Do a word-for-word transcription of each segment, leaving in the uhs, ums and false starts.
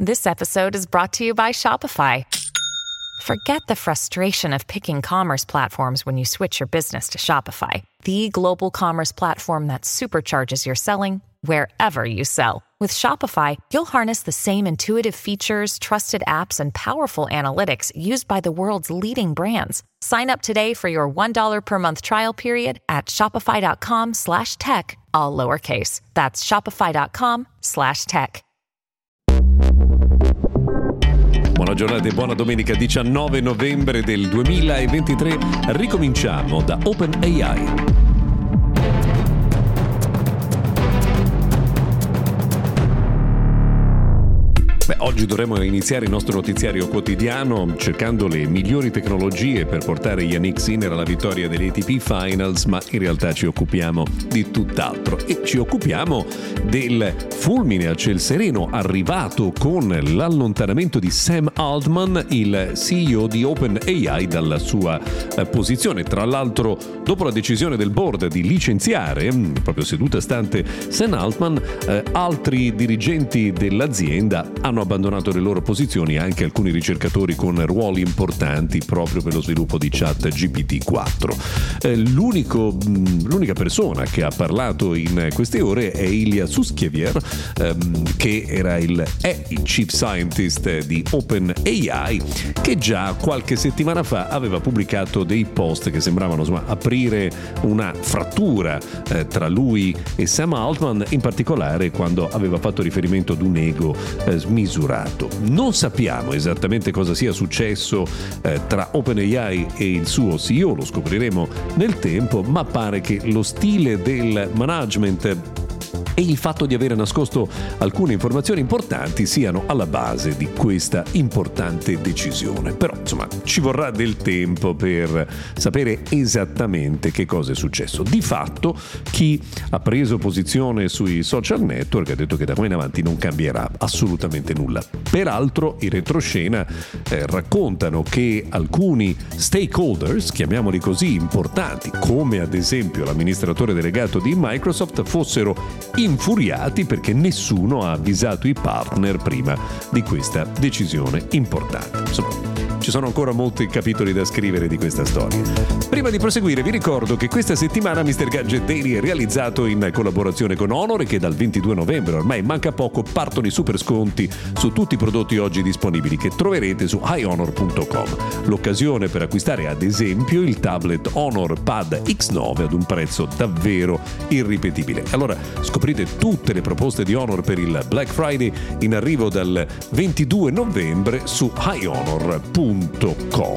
This episode is brought to you by Shopify. Forget the frustration of picking commerce platforms when you switch your business to Shopify, the global commerce platform that supercharges your selling wherever you sell. With Shopify, you'll harness the same intuitive features, trusted apps, and powerful analytics used by the world's leading brands. Sign up today for your one dollar per month trial period at shopify.com slash tech, all lowercase. That's shopify.com slash tech. Buona giornata e buona domenica diciannove novembre del duemilaventitré. Ricominciamo da OpenAI. Beh, oggi dovremo iniziare il nostro notiziario quotidiano cercando le migliori tecnologie per portare Yannick Sinner alla vittoria degli A T P Finals, ma in realtà ci occupiamo di tutt'altro e ci occupiamo del fulmine a ciel sereno arrivato con l'allontanamento di Sam Altman, il C E O di OpenAI, dalla sua eh, posizione. Tra l'altro, dopo la decisione del board di licenziare, proprio seduta stante Sam Altman, eh, altri dirigenti dell'azienda hanno abbandonato le loro posizioni, anche alcuni ricercatori con ruoli importanti proprio per lo sviluppo di Chat G P T quattro. Eh, l'unico, l'unica persona che ha parlato in queste ore è Ilya Sutskever, ehm, che era il, è il Chief Scientist di OpenAI, che già qualche settimana fa aveva pubblicato dei post che sembravano insomma aprire una frattura eh, tra lui e Sam Altman, in particolare quando aveva fatto riferimento ad un ego eh, smisurato. Non sappiamo esattamente cosa sia successo eh, tra OpenAI e il suo C E O, lo scopriremo nel tempo, ma pare che lo stile del management e il fatto di avere nascosto alcune informazioni importanti siano alla base di questa importante decisione. Però, insomma, ci vorrà del tempo per sapere esattamente che cosa è successo. Di fatto, chi ha preso posizione sui social network ha detto che da qua in avanti non cambierà assolutamente nulla. Peraltro, i retroscena eh, raccontano che alcuni stakeholders, chiamiamoli così, importanti, come ad esempio l'amministratore delegato di Microsoft, fossero infuriati perché nessuno ha avvisato i partner prima di questa decisione importante. Insomma, ci sono ancora molti capitoli da scrivere di questa storia. Prima di proseguire vi ricordo che questa settimana mister Gadget Daily è realizzato in collaborazione con Honor e che dal ventidue novembre, ormai manca poco, partono i super sconti su tutti i prodotti oggi disponibili che troverete su i honor punto com. L'occasione per acquistare ad esempio il tablet Honor Pad X nove ad un prezzo davvero irripetibile. Allora scoprite tutte le proposte di Honor per il Black Friday in arrivo dal ventidue novembre su i honor punto com.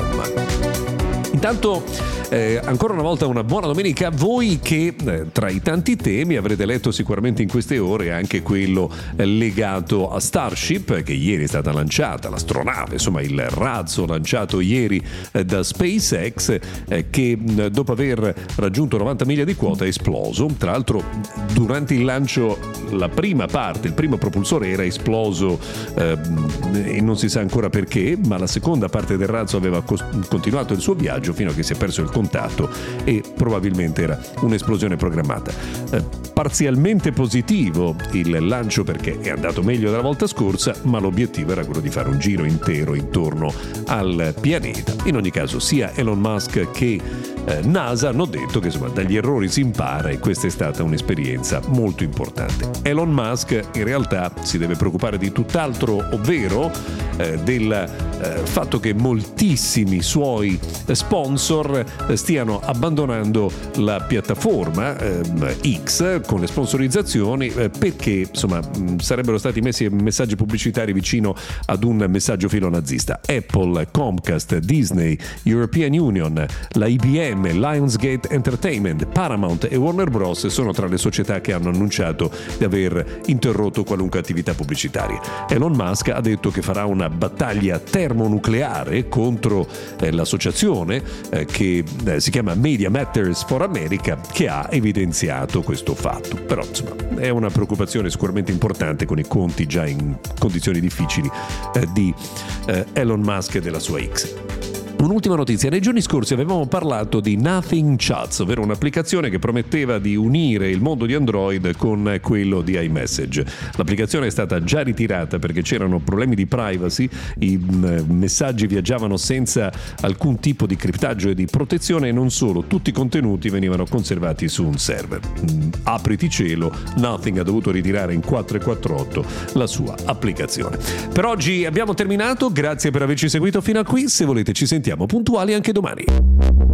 Intanto, eh, ancora una volta una buona domenica a voi che eh, tra i tanti temi avrete letto sicuramente in queste ore anche quello eh, legato a Starship, che ieri è stata lanciata, l'astronave, insomma il razzo lanciato ieri eh, da SpaceX, eh, che eh, dopo aver raggiunto novanta miglia di quota è esploso. Tra l'altro durante il lancio la prima parte, il primo propulsore era esploso eh, e non si sa ancora perché, ma la seconda parte del razzo aveva co- continuato il suo viaggio fino a che si è perso il contatto e probabilmente era un'esplosione programmata. Eh, parzialmente positivo il lancio perché è andato meglio della volta scorsa, ma l'obiettivo era quello di fare un giro intero intorno al pianeta. In ogni caso sia Elon Musk che eh, NASA hanno detto che insomma dagli errori si impara e questa è stata un'esperienza molto importante. Elon Musk in realtà si deve preoccupare di tutt'altro, ovvero eh, del eh, fatto che moltissimi suoi sponsor stiano abbandonando la piattaforma eh, X con le sponsorizzazioni eh, perché insomma mh, sarebbero stati messi messaggi pubblicitari vicino ad un messaggio filonazista. Apple, Comcast, Disney, European Union, la I B M, Lionsgate Entertainment, Paramount e Warner Bros. Sono tra le società che hanno annunciato di aver interrotto qualunque attività pubblicitaria. Elon Musk ha detto che farà una battaglia termonucleare contro eh, l'associazione eh, che eh, si chiama Media Matters for America, che ha evidenziato questo fatto. Però insomma è una preoccupazione sicuramente importante con i conti già in condizioni difficili eh, di eh, Elon Musk e della sua X. Un'ultima notizia, nei giorni scorsi avevamo parlato di Nothing Chats, ovvero un'applicazione che prometteva di unire il mondo di Android con quello di iMessage. L'applicazione è stata già ritirata perché c'erano problemi di privacy, i messaggi viaggiavano senza alcun tipo di criptaggio e di protezione e non solo, tutti i contenuti venivano conservati su un server. Apriti cielo, Nothing ha dovuto ritirare in quattro e quarantotto la sua applicazione. Per oggi abbiamo terminato, grazie per averci seguito fino a qui, se volete ci sentiamo puntuali anche domani.